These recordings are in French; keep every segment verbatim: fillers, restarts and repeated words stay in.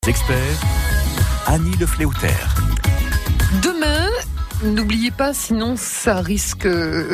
Experts, Annie Le Fléauter. Demain, n'oubliez pas, sinon ça risque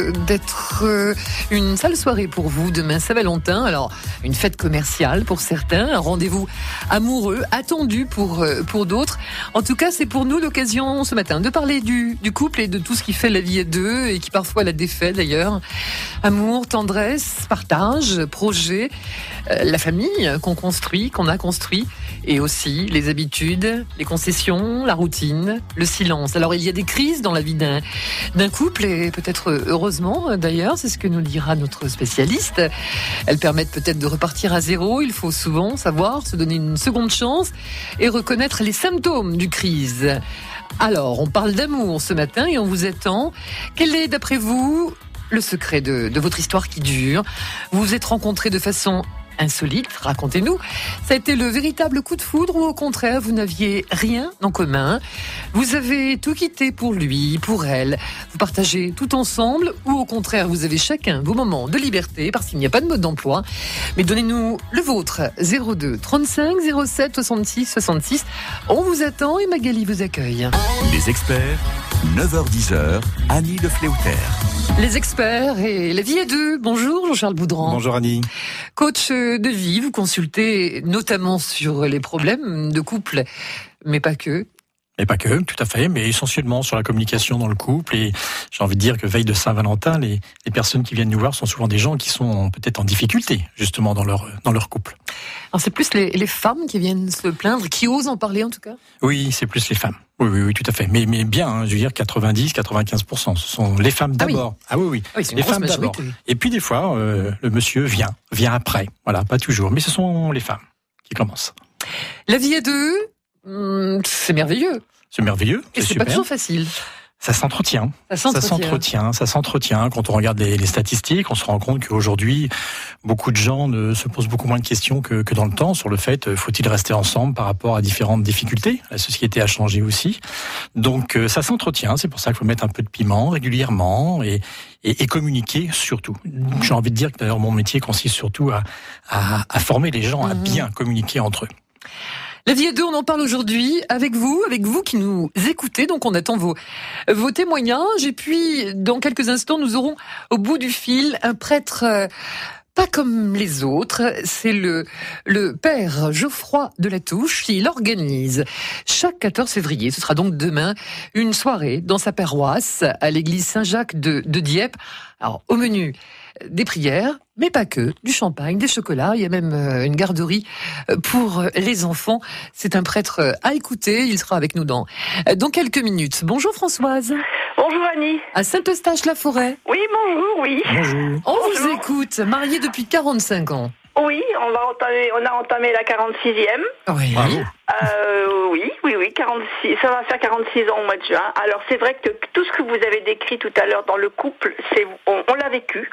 d'être une sale soirée pour vous. Demain, Saint-Valentin, alors une fête commerciale pour certains, un rendez-vous amoureux, attendu pour, pour d'autres. En tout cas, c'est pour nous l'occasion ce matin de parler du, du couple et de tout ce qui fait la vie à deux et qui parfois la défait d'ailleurs. Amour, tendresse, partage, projet, euh, la famille qu'on construit, qu'on a construit, et aussi les habitudes, les concessions, la routine, le silence. Alors il y a des crises dans la vie d'un, d'un couple, et peut-être heureusement d'ailleurs, c'est ce que nous dira notre spécialiste. Elles permettent peut-être de repartir à zéro. Il faut souvent savoir se donner une seconde chance et reconnaître les symptômes du crise. Alors, on parle d'amour ce matin et on vous attend. Quel est, d'après vous, le secret de, de votre histoire qui dure? Vous vous êtes rencontrés de façon insolite, racontez-nous. Ça a été le véritable coup de foudre ou au contraire, vous n'aviez rien en commun? Vous avez tout quitté pour lui, pour elle. Vous partagez tout ensemble ou au contraire, vous avez chacun vos moments de liberté parce qu'il n'y a pas de mode d'emploi. Mais donnez-nous le vôtre. zéro deux trente-cinq zéro sept soixante-six soixante-six. On vous attend et Magali vous accueille. Les experts, neuf heures dix, Annie Le Fléauter. Les experts et la vie à deux. Bonjour Jean-Charles Boudran. Bonjour Annie. Coach de vie, vous consultez notamment sur les problèmes de couple, mais pas que. Et pas que, tout à fait, mais essentiellement sur la communication dans le couple. Et j'ai envie de dire que veille de Saint-Valentin, les, les personnes qui viennent nous voir sont souvent des gens qui sont peut-être en difficulté, justement, dans leur, dans leur couple. Alors c'est plus les, les femmes qui viennent se plaindre, qui osent en parler en tout cas? Oui, c'est plus les femmes. Oui, oui, oui, tout à fait. Mais, mais bien, hein, je veux dire quatre-vingt-dix, quatre-vingt-quinze pour cent. Ce sont les femmes d'abord. Ah oui, ah, oui, oui. oui c'est les femmes d'abord. Oui. Et puis des fois, euh, le monsieur vient, vient après. Voilà, pas toujours. Mais ce sont les femmes qui commencent. La vie à deux, hum, c'est merveilleux. C'est merveilleux. Et c'est, c'est pas toujours facile. Ça s'entretient. Ça s'entretient. Ça s'entretient. Ça s'entretient. Quand on regarde les, les statistiques, on se rend compte qu'aujourd'hui, beaucoup de gens ne se posent beaucoup moins de questions que, que dans le temps sur le fait, faut-il rester ensemble par rapport à différentes difficultés? La société a changé aussi. Donc, ça s'entretient. C'est pour ça qu'il faut mettre un peu de piment régulièrement et, et, et communiquer surtout. J'ai envie de dire que d'ailleurs, mon métier consiste surtout à, à, à former les gens à bien communiquer entre eux. La vie à deux, on en parle aujourd'hui avec vous, avec vous qui nous écoutez. Donc on attend vos, vos témoignages. Et puis, dans quelques instants, nous aurons au bout du fil un prêtre euh, pas comme les autres. C'est le, le père Geoffroy de la Touche. Il organise chaque quatorze février, ce sera donc demain, une soirée dans sa paroisse à l'église Saint-Jacques de, de Dieppe. Alors, au menu, des prières, mais pas que, du champagne, des chocolats, il y a même une garderie pour les enfants. C'est un prêtre à écouter, il sera avec nous dans, dans quelques minutes. Bonjour Françoise. Bonjour Annie. À Saint-Eustache-la-Forêt. Oui, bonjour, oui. Bonjour. On bonjour. vous écoute, mariée depuis quarante-cinq ans. Oui, on va entamer, on a entamé la quarante-sixième. Oui. Bravo. Euh, oui, oui, oui, quarante-six, ça va faire quarante-six ans au mois de juin. Alors c'est vrai que tout ce que vous avez décrit tout à l'heure dans le couple, c'est, on, on l'a vécu.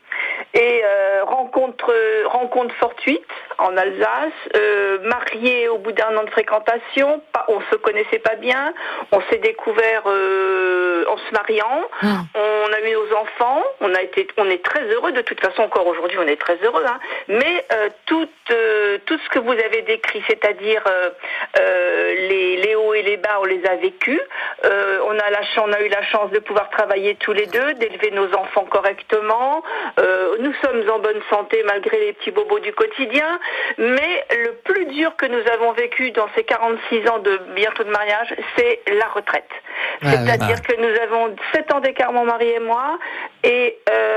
Et euh, rencontre, rencontre fortuite en Alsace, euh, marié au bout d'un an de fréquentation, pas, on se connaissait pas bien, on s'est découvert euh, en se mariant, mmh. on a eu nos enfants, on a été, on est très heureux, de toute façon encore aujourd'hui on est très heureux, hein, mais euh, tout, euh, tout ce que vous avez décrit, c'est-à-dire euh, euh, les, les hauts et les bas, on les a vécus, euh, on a la chance, on a eu la chance de pouvoir travailler tous les deux, d'élever nos enfants correctement. Euh, nous sommes en bonne santé malgré les petits bobos du quotidien, mais le plus dur que nous avons vécu dans ces quarante-six ans de bientôt de mariage, c'est la retraite. Ouais, C'est-à-dire ouais. que nous avons sept ans d'écart, mon mari et moi, et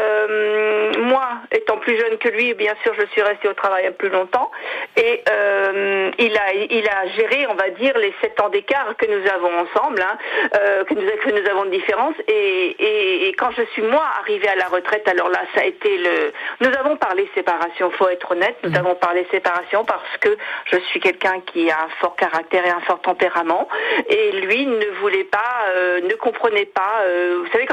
euh, moi, étant plus jeune que lui, bien sûr, je suis restée au travail un peu plus longtemps, et euh, il a il a géré, on va dire, les sept ans d'écart que nous avons ensemble, hein, euh, que nous que nous avons de différence, et, et, et quand je suis moi arrivée à la retraite, alors là, ça a été le. Nous avons parlé séparation, faut être honnête, nous mmh. avons parlé séparation parce que je suis quelqu'un qui a un fort caractère et un fort tempérament, et lui ne voulait pas, euh, ne comprenait pas. Euh, vous savez, quand on arrive à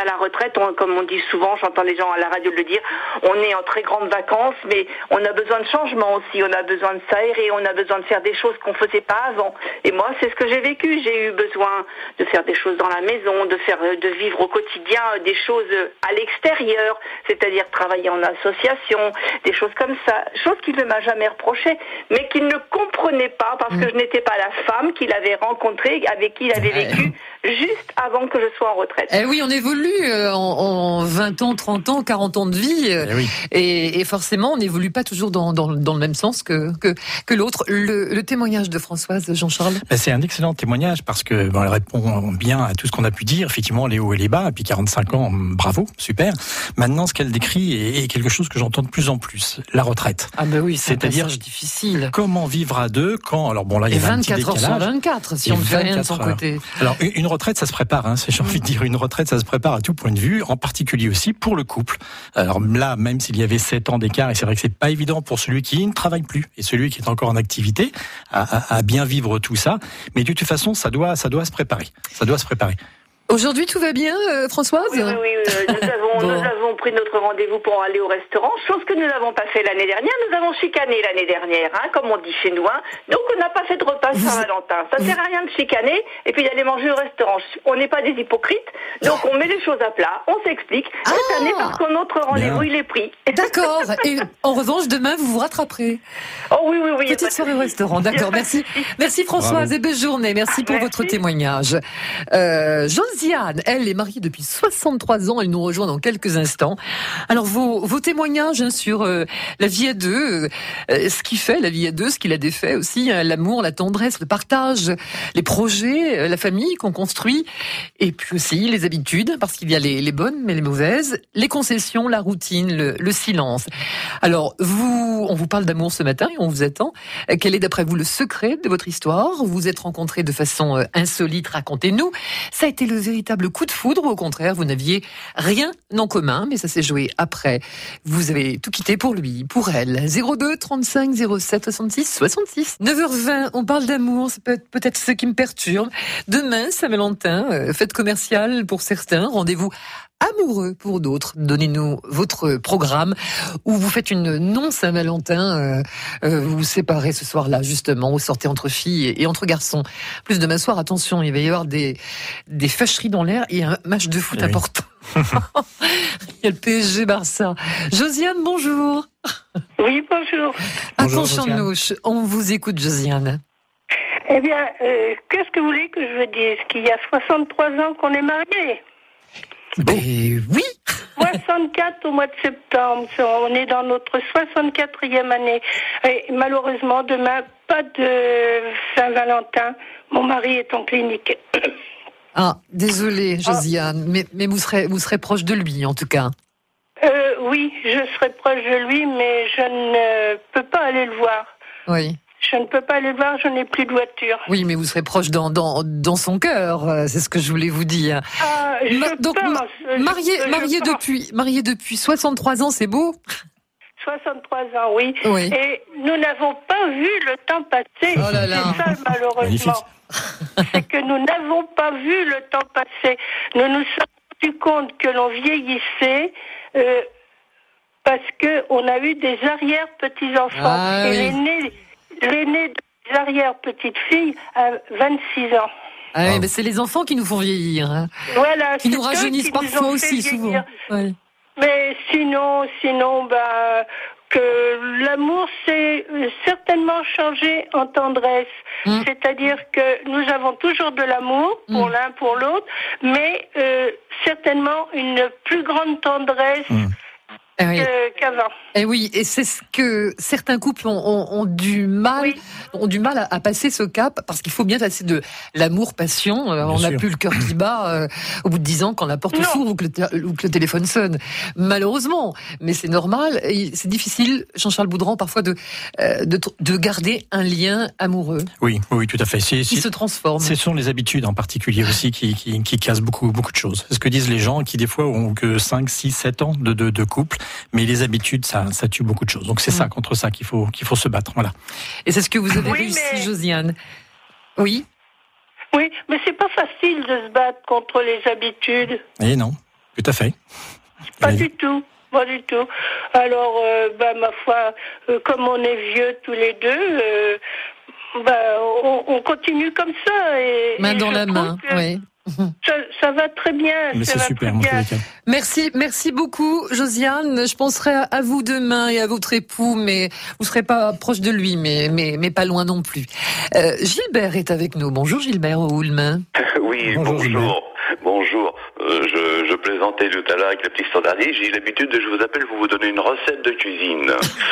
à la retraite, on, comme on dit souvent, j'entends les gens à la radio le dire, on est en très grandes vacances, mais on a besoin de changement aussi, on a besoin de s'aérer, on a besoin de faire des choses qu'on faisait pas avant. Et moi, c'est ce que j'ai vécu. J'ai eu besoin de faire des choses dans la maison, de faire, de vivre au quotidien des choses à l'extérieur, c'est-à-dire travailler en association, des choses comme ça, choses qu'il ne m'a jamais reproché, mais qu'il ne comprenait pas parce que je n'étais pas la femme qu'il avait rencontrée, avec qui il avait vécu juste avant que je sois en retraite. Eh oui, on évolue euh, en, en vingt ans, trente ans, quarante ans de vie, euh, Eh oui. et, et forcément, on n'évolue pas toujours dans, dans, dans le même sens que, que, que l'autre. Le, le témoignage de Françoise, Jean-Charles. Ben, c'est un excellent témoignage parce que bon, elle répond bien à tout ce qu'on a pu dire. Effectivement, les hauts et les bas. Et puis quarante-cinq ans, bravo, super. Maintenant, ce qu'elle décrit est, est quelque chose que j'entends de plus en plus. La retraite. Ah ben oui, c'est C'est-à-dire un passage difficile. Comment vivre à deux quand alors bon là il Et y a un petit vingt-quatre heures sur décalage. vingt-quatre, si Et on ne fait rien de vingt-quatre son heures. côté. Alors une retraite, ça se prépare. Hein, j'ai envie de dire une retraite, ça se prépare à tout point de vue, en particulier aussi pour le couple. Alors là, même s'il y avait sept ans d'écart, et c'est vrai que c'est pas évident pour celui qui ne travaille plus et celui qui est encore en activité à, à, à bien vivre tout ça. Mais de toute façon, ça doit, ça doit se préparer. Ça doit se préparer. Aujourd'hui, tout va bien, euh, Françoise? Oui, oui, oui. euh, nous, avons, Bon. nous avons pris notre rendez-vous pour aller au restaurant, chose que nous n'avons pas fait l'année dernière. Nous avons chicané l'année dernière, hein, comme on dit chez nous. Hein. Donc, on n'a pas fait de repas Vous- Saint-Valentin. Ça ne sert à rien de chicaner et puis d'aller manger au restaurant. On n'est pas des hypocrites, donc on met les choses à plat, on s'explique. Cette Ah. année, parce que notre rendez-vous, Bien. il est pris. D'accord. Et en revanche, demain, vous vous rattraperez. Oh oui, oui, oui. y a pas Petite de soirée au souci. restaurant, Y a d'accord. pas de Merci, souci. merci Françoise Bravo. et belle journée. Merci pour Merci. votre témoignage. Euh, Josiane, elle est mariée depuis soixante-trois ans. Elle nous rejoint dans quelques instants. Alors vos, vos témoignages hein, sur euh, la vie à deux, euh, ce qui fait la vie à deux, ce qu'il a défait aussi, hein, l'amour, la tendresse, le partage, les projets, euh, la famille qu'on construit, et puis aussi les habitudes, parce qu'il y a les, les bonnes mais les mauvaises, les concessions, la routine, le, le silence. Alors vous, on vous parle d'amour ce matin et on vous attend. Euh, Quel est d'après vous le secret de votre histoire? Vous vous êtes rencontrés de façon euh, insolite, racontez-nous. Ça a été le véritable coup de foudre ou au contraire, vous n'aviez rien en commun, mais ça s'est joué après. Vous avez tout quitté pour lui, pour elle. zéro deux trente-cinq zéro sept soixante-six soixante-six. neuf heures vingt, on parle d'amour, c'est peut- peut-être ce qui me perturbe. Demain, Saint-Valentin, euh, fête commerciale pour certains, rendez-vous amoureux pour d'autres. Donnez-nous votre programme où vous faites une non-Saint-Valentin, euh, euh, vous vous séparez ce soir-là, justement, vous sortez entre filles et, et entre garçons. Plus demain soir, attention, il va y avoir des, des fâcheries dans l'air et un match de foot Oui. important. Il y a le P S G Barça. Josiane, bonjour. Oui, bonjour. À Bonjour, Conchernouche, on vous écoute, Josiane. Eh bien, euh, qu'est-ce que vous voulez que je vous dise? Qu'il y a soixante-trois ans qu'on est mariés. Ben oui. soixante-quatre au mois de septembre. On est dans notre soixante-quatrième année. Et malheureusement, demain, pas de Saint-Valentin. Mon mari est en clinique. Ah, désolée, Josiane, mais, mais vous serez, vous serez proche de lui, en tout cas. Euh, oui, je serai proche de lui, mais je ne peux pas aller le voir. Oui. Je ne peux pas aller le voir, je n'ai plus de voiture. Oui, mais vous serez proche dans, dans, dans son cœur, euh, c'est ce que je voulais vous dire. Ah, je Ma- donc, pense, ma- je- marié, je marié pense. depuis, marié depuis soixante-trois ans, c'est beau? soixante-trois ans, oui. Oui. Et nous n'avons pas vu le temps passer. Oh là là. C'est ça, malheureusement. Magnifique. C'est que nous n'avons pas vu le temps passer. Nous nous sommes rendus compte que l'on vieillissait euh, parce qu'on a eu des arrière-petits-enfants. Ah Et oui. l'aîné, l'aîné des arrière-petites-filles a vingt-six ans. Ah oui, mais c'est les enfants qui nous font vieillir, hein, Voilà. qui nous c'est eux rajeunissent qui nous parfois ont fait aussi, souvent. vieillir. Ouais. Mais sinon, sinon, ben, que l'amour s'est euh, certainement changé en tendresse. Mm. C'est-à-dire que nous avons toujours de l'amour pour Mm. l'un, pour l'autre, mais euh, certainement une plus grande tendresse Mm. Ah oui. que- qu'avant. Et oui, et c'est ce que certains couples ont, ont, ont du mal, Oui. ont du mal à, à passer ce cap, parce qu'il faut bien passer de l'amour-passion. Euh, on n'a sûr. plus le cœur qui bat euh, au bout de dix ans quand la porte Non. s'ouvre ou, que le té- ou que le téléphone sonne. Malheureusement, mais c'est normal. Et c'est difficile, Jean-Charles Boudran, parfois de, euh, de de garder un lien amoureux Oui, oui, tout à fait. C'est, qui c'est- se transforme. Ce sont les habitudes en particulier aussi qui, qui, qui cassent beaucoup, beaucoup de choses. C'est ce que disent les gens qui des fois ont que cinq, six, sept ans de, de, de couple, mais les habitudes, ça, ça tue beaucoup de choses. Donc c'est Mm. ça, contre ça qu'il faut, qu'il faut se battre. Voilà. Et c'est ce que vous avez Oui, réussi, mais- Josiane. Oui. Oui, mais c'est pas facile de se battre contre les habitudes. Et non. Tout à fait. Pas du tout. Pas du tout. Alors, euh, bah, ma foi, euh, comme on est vieux tous les deux, euh, bah, on, on continue comme ça. Et, main et dans la main, oui. Ça, ça va très bien. Mais ça c'est va super, très mon bien. cas. Merci, merci beaucoup, Josiane. Je penserai à vous demain et à votre époux, mais vous serez pas proche de lui, mais, mais, mais pas loin non plus. Euh, Gilbert est avec nous. Bonjour Gilbert Oulme. Oui, Bonjour, bonjour. Bonjour. Euh, je, je plaisantais tout à l'heure avec le petit standardier. J'ai l'habitude de, je vous appelle pour vous donner une recette de cuisine.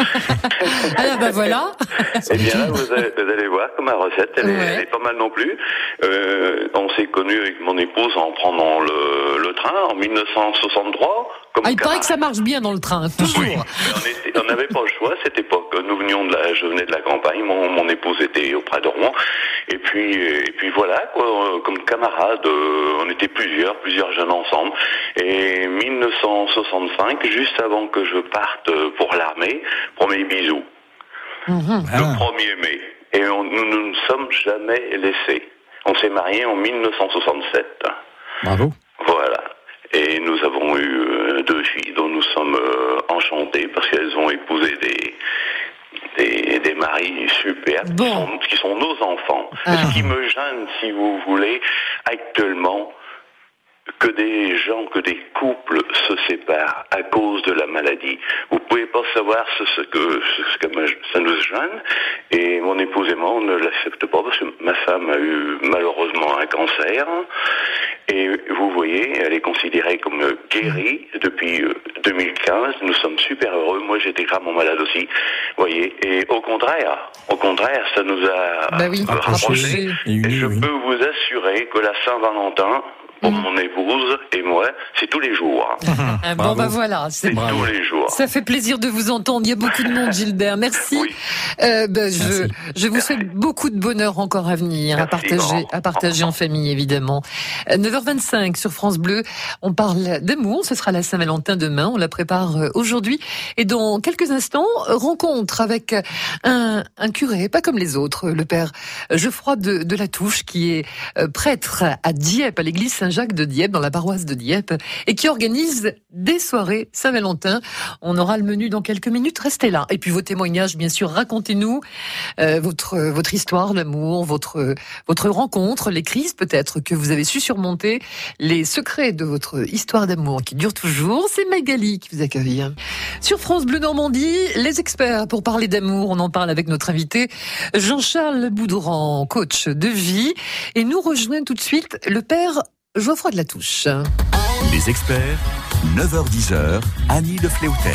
Alors ben voilà. Eh bien là, vous allez, vous allez voir que ma recette, elle, Ouais. est, elle est pas mal non plus. Euh, on s'est connus avec mon épouse en prenant le, le train en mille neuf cent soixante-trois. Comme Ah, il paraît que ça camarade. marche bien dans le train, toujours. Oui, mais on était- on n'avait pas le choix à cette époque. Nous venions de la, je venais de la campagne, mon, mon épouse était auprès de Rouen, et puis, et puis voilà, quoi, euh, comme camarades, euh, on était plusieurs, plusieurs jeunes ensemble. Et mille neuf cent soixante-cinq, juste avant que je parte pour l'armée, premier bisou, Mhm. Ah. le premier mai. Et on- nous ne nous sommes jamais laissés. On s'est mariés en mille neuf cent soixante-sept. Bravo. Voilà. Et nous avons eu euh, deux filles dont nous sommes euh, enchantés parce qu'elles ont épousé des, des, des maris superbes Bon. qui, sont, qui sont nos enfants. Ah. Ce qui me gêne, si vous voulez, actuellement, que des gens, que des couples se séparent à cause de la maladie. Vous pouvez pas savoir ce, ce que, ce que me- ça nous gêne. Et mon épouse et moi, on ne l'accepte pas parce que ma femme a eu malheureusement un cancer. Et vous voyez, elle est considérée comme guérie depuis euh, deux mille quinze. Nous sommes super heureux. Moi, j'étais gravement malade aussi. Vous voyez. Et au contraire, au contraire, ça nous a Bah oui, rapprochés. rapprochés. Et Et unis, je oui. peux vous assurer que la Saint-Valentin, pour Mm. mon épouse et moi, c'est tous les jours. Ah, bon, Bravo. bah voilà. C'est C'est tous les jours. Ça fait plaisir de vous entendre. Il y a beaucoup de monde, Gilbert. Merci. Oui. Euh, ben, je, Merci. je vous souhaite beaucoup de bonheur encore à venir, à Merci, partager, grand. à partager en famille, évidemment. Euh, neuf heures vingt-cinq sur France Bleu. On parle d'amour. Ce sera la Saint-Valentin demain. On la prépare euh, aujourd'hui. Et dans quelques instants, rencontre avec un, un curé, pas comme les autres, le père Geoffroy de, de la Touche, qui est euh, prêtre à Dieppe, à l'église Saint-Jacques de Dieppe, dans la paroisse de Dieppe, et qui organise des soirées Saint-Valentin. On aura le menu dans quelques minutes. Restez là. Et puis vos témoignages, bien sûr, racontez-nous euh, votre votre histoire d'amour, votre votre rencontre, les crises peut-être que vous avez su surmonter, les secrets de votre histoire d'amour qui dure toujours. C'est Magali qui vous accueille. Sur France Bleu Normandie, les experts pour parler d'amour. On en parle avec notre invité Jean-Charles Boudran, coach de vie. Et nous rejoint tout de suite le père Geoffroy de la Touche. Les experts, neuf heures dix, Annie Le Fléautaire.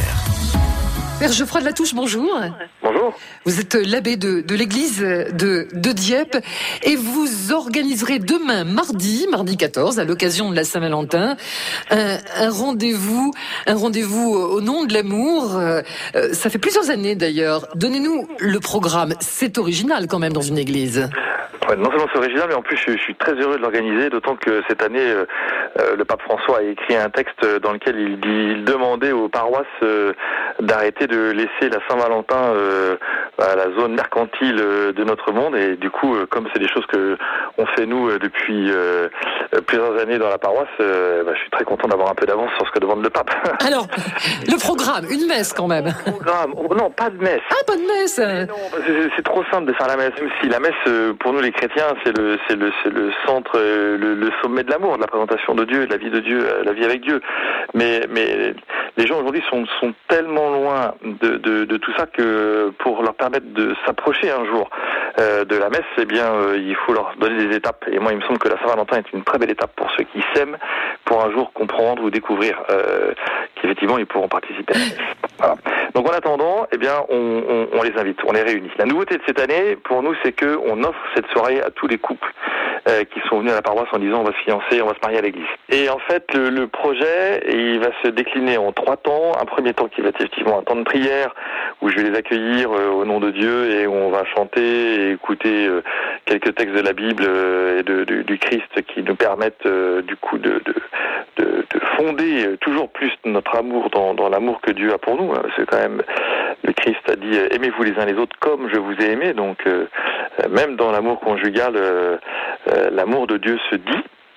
Père Geoffroy de la Touche, bonjour. Bonjour. Vous êtes l'abbé de, de l'église de, de Dieppe et vous organiserez demain, mardi, mardi quatorze, à l'occasion de la Saint-Valentin, un, un rendez-vous, un rendez-vous au nom de l'amour. Euh, ça fait plusieurs années d'ailleurs. Donnez-nous le programme. C'est original quand même dans une église. Ouais, non seulement c'est original, mais en plus je, je suis très heureux de l'organiser, d'autant que cette année, euh, euh, le pape François a écrit un texte dans lequel il, dit, il demandait aux paroisses euh, d'arrêter de laisser la Saint-Valentin euh, à la zone mercantile euh, de notre monde. Et du coup, euh, comme c'est des choses que on fait nous euh, depuis euh, plusieurs années dans la paroisse, euh, bah, je suis très content d'avoir un peu d'avance sur ce que demande le pape. Alors, le programme, une messe quand même. Programme, oh, non, pas de messe. Ah, pas de messe. Mais non, parce que c'est- c'est trop simple de faire la messe. Même si la messe, euh, pour nous les chrétiens, c'est le, c'est le, c'est le centre, euh, le, le sommet de l'amour, de la présentation de Dieu, de la vie de Dieu, euh, la vie avec Dieu. Mais, mais les gens aujourd'hui sont, sont tellement loin de, de, de tout ça que pour leur permettre de s'approcher un jour euh, de la messe, eh bien, euh, il faut leur donner des étapes. Et moi, il me semble que la Saint-Valentin est une très belle étape pour ceux qui s'aiment, pour un jour comprendre ou découvrir euh, qu'effectivement ils pourront participer à la messe. Voilà. Donc en attendant, eh bien, on, on, on les invite, on les réunit. La nouveauté de cette année, pour nous, c'est que on offre cette soirée à tous les couples euh, qui sont venus à la paroisse en disant on va se fiancer, on va se marier à l'église. Et en fait, le, le projet, il va se décliner en trois temps. Un premier temps qui va être effectivement un temps de prière où je vais les accueillir euh, au nom de Dieu et où on va chanter et écouter euh, quelques textes de la Bible euh, et de, de, du Christ qui nous permettent euh, du coup de, de, de, de fonder toujours plus notre amour dans, dans l'amour que Dieu a pour nous. C'est quand même, le Christ a dit « Aimez-vous les uns les autres comme je vous ai aimé ». Donc euh, même dans l'amour conjugal, euh, euh, l'amour de Dieu se dit.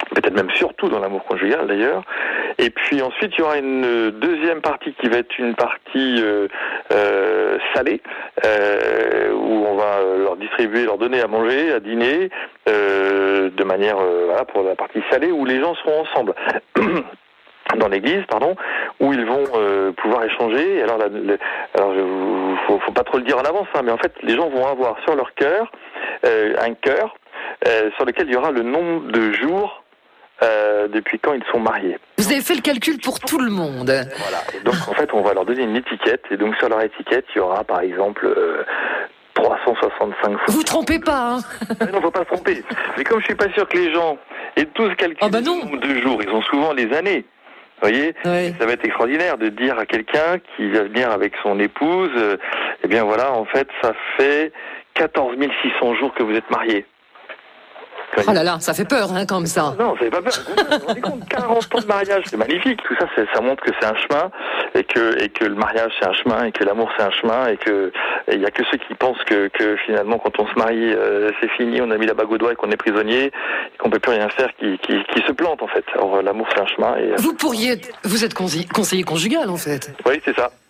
peut-être même surtout dans l'amour conjugal d'ailleurs. Et puis ensuite, il y aura une deuxième partie qui va être une partie euh, euh, salée, euh, où on va leur distribuer, leur donner à manger, à dîner, euh, de manière, euh, voilà, pour la partie salée, où les gens seront ensemble. Dans l'église, pardon, où ils vont euh, pouvoir échanger. Alors, la, la, alors, je, faut, faut pas trop le dire en avance, hein, mais en fait, les gens vont avoir sur leur cœur euh, un cœur euh, sur lequel il y aura le nombre de jours euh, depuis quand ils sont mariés. Vous avez fait le calcul pour tout le monde. Voilà. Et donc, en fait, on va leur donner une étiquette, et donc sur leur étiquette, il y aura, par exemple, euh, trois cent soixante-cinq fois. Vous trompez pas, hein? Mais non, faut pas se tromper. Mais comme je suis pas sûr que les gens aient tous calculé oh bah non. le nombre de jours, ils ont souvent les années. Vous voyez, ouais. Ça va être extraordinaire de dire à quelqu'un qui va venir avec son épouse, euh, eh bien voilà, en fait, ça fait quatorze mille six cents jours que vous êtes mariés. Oh là là, ça fait peur, hein, comme ça. Non, ça fait pas peur. Vous vous rendez compte, quarante ans de mariage, c'est magnifique. Tout ça, c'est, ça montre que c'est un chemin, et que, et que le mariage, c'est un chemin, et que l'amour, c'est un chemin, et que il y a que ceux qui pensent que, que finalement, quand on se marie, euh, c'est fini, on a mis la bague au doigt et qu'on est prisonnier, et qu'on peut plus rien faire, qui, qui, qui se plantent, en fait. Alors, l'amour, c'est un chemin. Et, euh... Vous pourriez être, vous êtes conseiller, conseiller conjugal, en fait. Oui, c'est ça.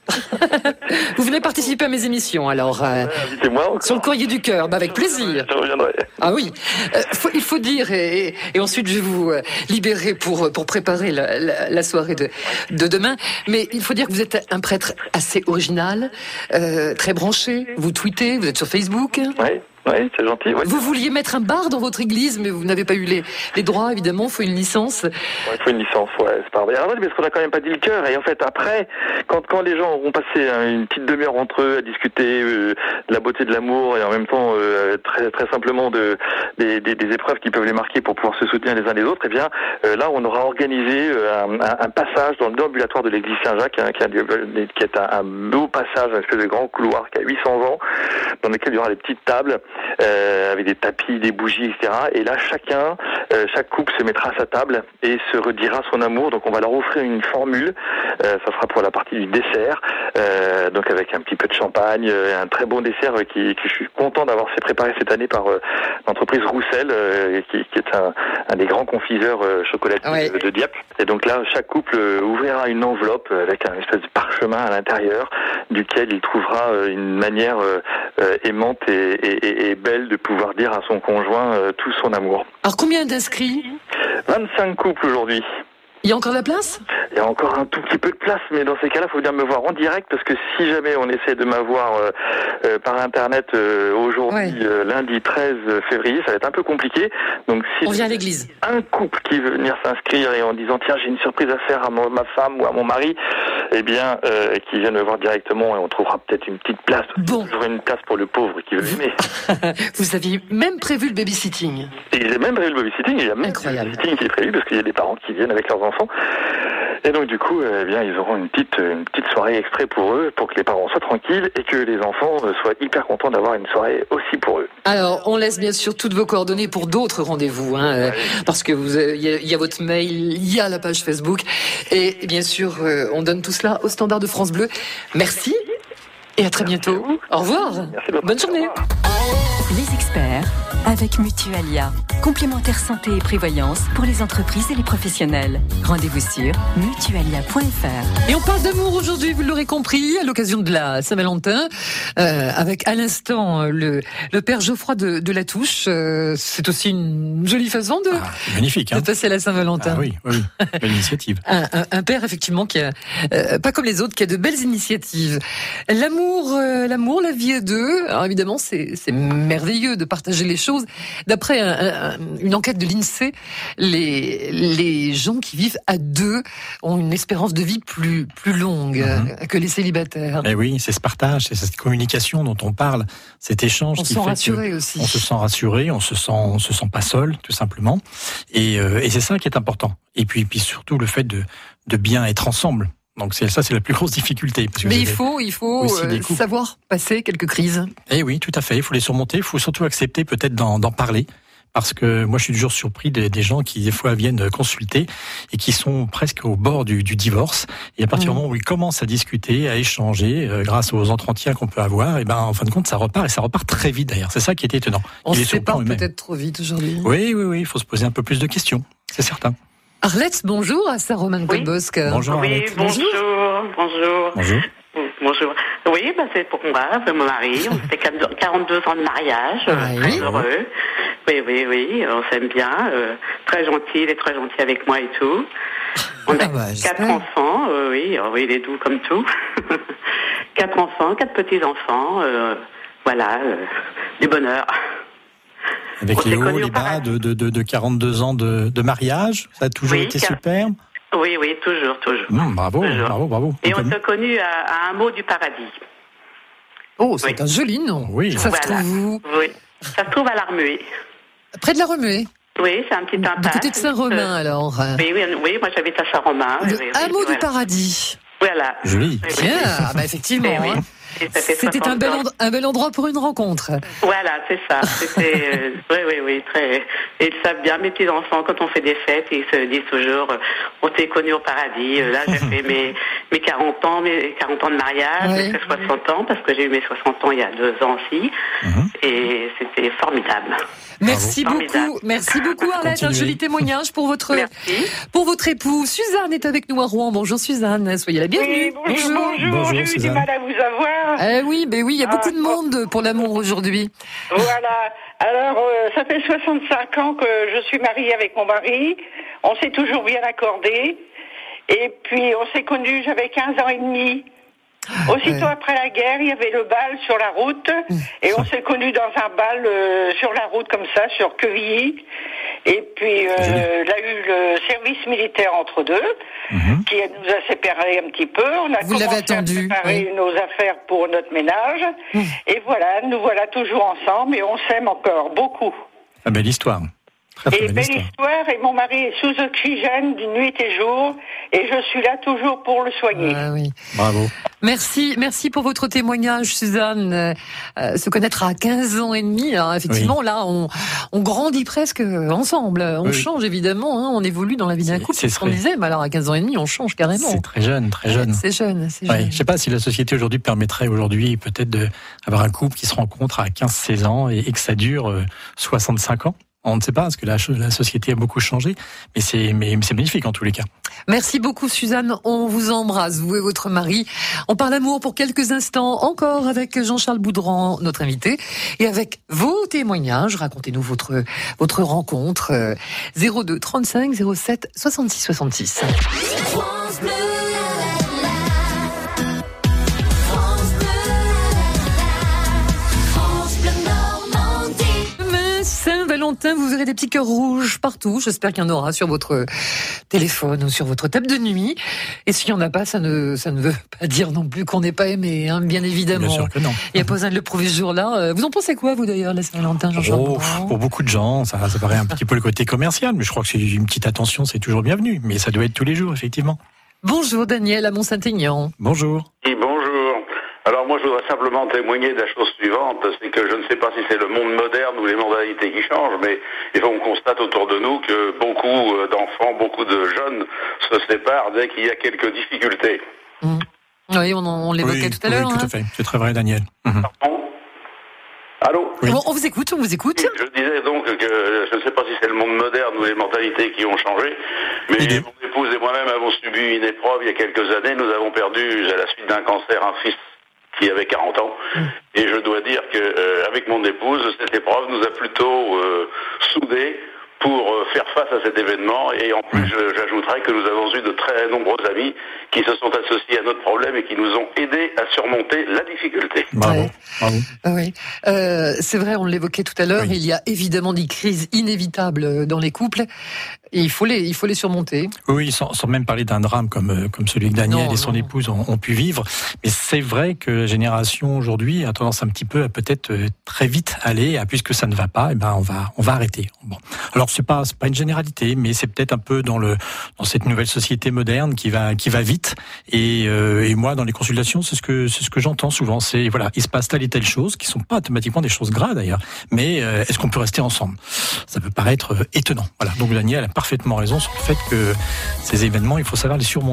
Vous venez participer à mes émissions, alors euh, ouais, moi sur le courrier du cœur, bah avec plaisir. Je reviendrai. Ah oui, euh, faut, il faut dire, et, et ensuite je vais vous euh, libérer pour pour préparer la, la, la soirée de de demain. Mais il faut dire que vous êtes un prêtre assez original, euh, très branché. Vous tweetez, vous êtes sur Facebook. Oui. Oui, c'est gentil. Oui. Vous vouliez mettre un bar dans votre église, mais vous n'avez pas eu les, les droits, évidemment. Il faut une licence. Ouais, il faut une licence, ouais. C'est pas vrai. Alors, parce qu'on n'a quand même pas dit le cœur. Et en fait, après, quand, quand les gens auront passé hein, une petite demi-heure entre eux à discuter euh, de la beauté de l'amour et en même temps, euh, très, très simplement, de, des, des, des épreuves qui peuvent les marquer pour pouvoir se soutenir les uns les autres, eh bien, euh, là, on aura organisé euh, un, un, un passage dans le déambulatoire de l'église Saint-Jacques, hein, qui, a, qui est un, un beau passage, un espèce de grand couloir qui a huit cents ans, dans lequel il y aura des petites tables, Euh, avec des tapis, des bougies, et cetera. Et là, chacun, euh, chaque couple se mettra à sa table et se redira son amour. Donc, on va leur offrir une formule. Euh, ça sera pour la partie du dessert. Euh, donc, avec un petit peu de champagne, euh, un très bon dessert euh, qui, que je suis content d'avoir fait préparer cette année par euh, l'entreprise Roussel, euh, qui, qui est un, un des grands confiseurs euh, chocolatiers ouais. de, de Dieppe. Et donc là, chaque couple euh, ouvrira une enveloppe avec un espèce de parchemin à l'intérieur, duquel il trouvera euh, une manière euh, euh, aimante et, et, et, et belle de pouvoir dire à son conjoint euh, tout son amour. Alors combien d'inscrits ? vingt-cinq couples aujourd'hui. Il y a encore de la place ? Il y a encore un tout petit peu de place, mais dans ces cas-là, il faut venir me voir en direct, parce que si jamais on essaie de m'avoir euh, euh, par Internet euh, aujourd'hui, ouais. euh, lundi treize février, ça va être un peu compliqué. Donc si on vient à l'église. Un couple qui veut venir s'inscrire et en disant tiens, j'ai une surprise à faire à mon, ma femme ou à mon mari, eh bien, euh, qui viennent me voir directement et on trouvera peut-être une petite place. Bon. Toujours une place pour le pauvre qui veut l'aimer. Vous aviez même prévu le babysitting. Et j'ai même prévu le babysitting. Il y a même Incroyable. le babysitting qui est prévu parce qu'il y a des parents qui viennent avec leurs enfants. Et donc du coup, eh bien, ils auront une petite, une petite soirée exprès pour eux, pour que les parents soient tranquilles et que les enfants soient hyper contents d'avoir une soirée aussi pour eux. Alors, on laisse bien sûr toutes vos coordonnées pour d'autres rendez-vous, hein, ouais. parce que vous, il y, y a votre mail, il y a la page Facebook, et bien sûr, euh, on donne tout cela au standard de France Bleu. Merci et à très Merci bientôt. À au revoir. Merci beaucoup. Bonne journée. Les experts avec Mutualia, complémentaire santé et prévoyance pour les entreprises et les professionnels. Rendez-vous sur mutualia point f r. Et on parle d'amour aujourd'hui, vous l'aurez compris, à l'occasion de la Saint-Valentin, euh, avec à l'instant le, le père Geoffroy de, de La Touche. Euh, c'est aussi une jolie façon de, ah, magnifique, hein. de passer la Saint-Valentin. Ah oui, oui, belle initiative. un, un, un père effectivement qui a, euh, pas comme les autres, qui a de belles initiatives. L'amour, euh, l'amour, la vie à deux. Alors évidemment, c'est, c'est merveilleux de partager les choses. D'après un, un, une enquête de l'INSEE, les, les gens qui vivent à deux ont une espérance de vie plus, plus longue mm-hmm. que les célibataires. Mais oui, c'est ce partage, c'est cette communication dont on parle, cet échange on qui fait rassuré que aussi. On se sent rassuré, on se sent, on se sent pas seul, tout simplement. Et, euh, et c'est ça qui est important. Et puis, puis surtout le fait de, de bien être ensemble. Donc c'est ça, c'est la plus grosse difficulté. Parce que Mais il faut, il faut euh, savoir passer quelques crises. Eh oui, tout à fait. Il faut les surmonter. Il faut surtout accepter peut-être d'en, d'en parler. Parce que moi, je suis toujours surpris des, des gens qui, des fois, viennent consulter et qui sont presque au bord du, du divorce. Et à partir mmh. du moment où ils commencent à discuter, à échanger, euh, grâce aux entretiens qu'on peut avoir, et ben, en fin de compte, ça repart et ça repart très vite d'ailleurs. C'est ça qui est étonnant. On se sépare peut-être trop vite aujourd'hui. Oui, oui, oui. Il faut se poser un peu plus de questions. c'est certain. Arlette, bonjour à Saint-Romain-de-Colbosc. Oui. Bonjour Oui, Arlette. bonjour, bonjour. Bonjour. Bonjour. Oui, bah c'est pour moi, c'est mon mari. On fait quarante-deux ans de mariage, euh, Oui. très heureux. Oui, oui, oui, on s'aime bien. Euh, très gentil, il est très gentil avec moi et tout. On a Ah bah, quatre j'espère. enfants, euh, oui, oh, oui, il est doux comme tout. Quatre enfants, quatre petits-enfants, euh, voilà, euh, du bonheur. Avec On s'est les hauts, connus les au bas paradis. de, de, de, de quarante-deux ans de, de mariage, ça a toujours Oui, été car- superbe. Oui, oui, toujours, toujours. Mmh, bravo, Toujours. bravo, bravo. Et on Comme- s'est connus à, à un mot du paradis. Oh, c'est Oui. un joli nom. Oui. Ça se Voilà. trouve où? Oui, ça se trouve à l'Armuée. Près de la Remuée. Oui, c'est un petit impasse. Du côté de Saint-Romain, Euh, alors. Oui, oui, oui, moi j'habite à Saint-Romain. Le oui, oui, hameau voilà. du paradis. Voilà. Joli. Oui, Bien, oui. ah bah effectivement. Oui, oui. hein. Et ça fait C'était un soixante bel, ans. endro- un bel endroit pour une rencontre. Voilà, c'est ça. C'était, euh, oui, oui, oui, très. Et ils savent bien, mes petits-enfants, quand on fait des fêtes, ils se disent toujours, euh, on t'est connu au paradis. Euh, Là, j'ai fait mes, mes quarante ans, mes quarante ans de mariage, Ouais. j'ai fait soixante ans, parce que j'ai eu mes soixante ans il y a deux ans aussi. Mhm. Et c'était formidable. Merci Bravo. beaucoup, Formidable. merci beaucoup Arlette. Un Continuez. joli témoignage pour votre, Merci. pour votre époux. Suzanne est avec nous à Rouen. Bonjour Suzanne, soyez la bienvenue. Oui, bonjour, bonjour, Bonjour, j'ai eu du Suzanne. mal à vous avoir. Eh oui, ben oui, il y a Ah, beaucoup de bon. monde pour l'amour aujourd'hui. Voilà. Alors, euh, ça fait soixante-cinq ans que je suis mariée avec mon mari. On s'est toujours bien accordé. Et puis, on s'est connus, j'avais quinze ans et demi. Aussitôt Ouais. après la guerre, il y avait le bal sur la route. Et on s'est connus dans un bal euh, sur la route, comme ça, sur Quevilly. Et puis, euh, Joli. il a eu le service militaire entre deux, Mhm. qui nous a séparés un petit peu. On a Vous l'avez commencé attendu, à préparer oui. nos affaires pour notre ménage. Et voilà, nous voilà toujours ensemble et on s'aime encore beaucoup. Ah, belle histoire. Très, très Et belle belle histoire. histoire, et mon mari est sous oxygène d'une nuit et jour, et je suis là toujours pour le soigner. Ah oui. Bravo. Merci, merci pour votre témoignage, Suzanne. Euh, euh, se connaître à quinze ans et demi, alors effectivement, là, on, on grandit presque ensemble. On Oui. change évidemment, hein, on évolue dans la vie d'un C'est- couple. c'est C'est ce qu'on vrai. disait, mais alors à quinze ans et demi, on change carrément. C'est très jeune, très jeune. C'est jeune, c'est Ouais, jeune. je sais pas si la société aujourd'hui permettrait aujourd'hui peut-être de avoir un couple qui se rencontre à quinze seize ans et, et que ça dure euh, soixante-cinq ans. On ne sait pas parce que la, cho- la société a beaucoup changé, mais c'est mais, mais c'est magnifique en tous les cas. Merci beaucoup, Suzanne. On vous embrasse, vous et votre mari. On parle amour pour quelques instants encore avec Jean-Charles Boudran, notre invité, et avec vos témoignages. Racontez-nous votre, votre rencontre. euh, zéro deux trente-cinq zéro sept soixante-six soixante-six. France Bleu, France Bleu, France Bleu Normandie. Demain, Saint-Valentin, vous verrez des petits cœurs rouges partout. J'espère qu'il y en aura sur votre téléphone ou sur votre table de nuit. Et s'il n'y en a pas, ça ne, ça ne veut pas dire non plus qu'on n'est pas aimé, hein, bien évidemment. Bien sûr que non. Il n'y a pas besoin de le prouver ce jour-là. Euh, Vous en pensez quoi, vous d'ailleurs, la Saint-Valentin, Jean-Charles Oh, Boudran ? pour beaucoup de gens, ça, ça paraît un petit peu le côté commercial, mais je crois que c'est une petite attention, c'est toujours bienvenu. Mais ça doit être tous les jours, effectivement. Bonjour Daniel à Mont-Saint-Aignan. Bonjour. Oui, bonjour. Alors moi, je voudrais simplement témoigner de la chose suivante, c'est que je ne sais pas si c'est le monde moderne ou les mentalités qui changent, mais il faut qu'on constate autour de nous que beaucoup euh, d'enfants, beaucoup de jeunes se séparent dès qu'il y a quelques difficultés. Mmh. Oui, on, en- on l'évoquait Oui, tout à l'heure. oui, tout hein. à fait. C'est très vrai, Daniel. Mhm. Pardon ? Allô ? Oui. Bon, on vous écoute, on vous écoute. Je disais donc que je ne sais pas si c'est le monde moderne ou les mentalités qui ont changé, mais Idée. mon épouse et moi-même avons subi une épreuve il y a quelques années. Nous avons perdu, à la suite d'un cancer, un fils qui avait quarante ans. Et je dois dire que euh, avec mon épouse, cette épreuve nous a plutôt euh, soudés pour euh, faire face à cet événement. Et en plus, je- j'ajouterais que nous avons eu de très nombreux amis qui se sont associés à notre problème et qui nous ont aidés à surmonter la difficulté. Bravo. Ouais. Bravo. Ah oui, euh, c'est vrai, on l'évoquait tout à l'heure. Oui. Il y a évidemment des crises inévitables dans les couples. Et il faut les, il faut les surmonter. Oui, sans, sans même parler d'un drame comme, euh, comme celui que Daniel Non, et son non. épouse ont, ont pu vivre. Mais c'est vrai que la génération aujourd'hui a tendance un petit peu à peut-être euh, très vite aller, à, puisque ça ne va pas, et ben on va, on va arrêter. Bon. Alors c'est pas, c'est pas une généralité, mais c'est peut-être un peu dans le, dans cette nouvelle société moderne qui va, qui va vite. Et, euh, et moi, dans les consultations, c'est ce que, c'est ce que j'entends souvent. C'est voilà, il se passe telle et telle chose, qui sont pas automatiquement des choses graves d'ailleurs. Mais euh, est-ce qu'on peut rester ensemble ? Ça peut paraître euh, étonnant. Voilà. Donc Daniel a parfaitement raison sur le fait que ces événements, il faut savoir les surmonter.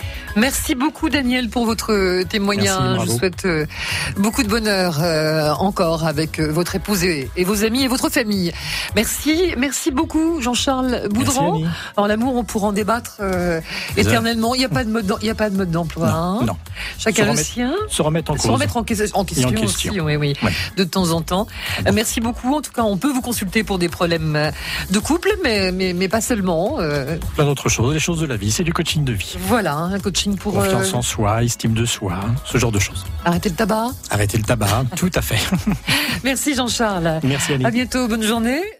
Merci beaucoup Daniel pour votre témoignage. Merci, Je bravo. souhaite euh, beaucoup de bonheur euh, encore avec euh, votre épouse et, et vos amis et votre famille. Merci, merci beaucoup Jean-Charles Boudran. Annie. Alors l'amour, on pourra en débattre euh, Des éternellement. Il n'y a pas de mode, d'em- il y a pas de mode d'emploi. Non, hein. non. Chacun Se le remettre- sien. Se remettre en Se cause. remettre en, question- en question, Et en question. aussi, oui, oui, Ouais. de temps en temps. Ah bon. Euh, Merci beaucoup. En tout cas, on peut vous consulter pour des problèmes euh, de couple, mais, mais, mais pas seulement. euh, Plein d'autres choses, les choses de la vie, c'est du coaching de vie. voilà, un coaching pour Confiance euh, en soi, estime de soi, ce genre de choses. arrêter le tabac. Arrêter le tabac, tout à fait. Merci Jean-Charles. Merci Annie. À bientôt, bonne journée.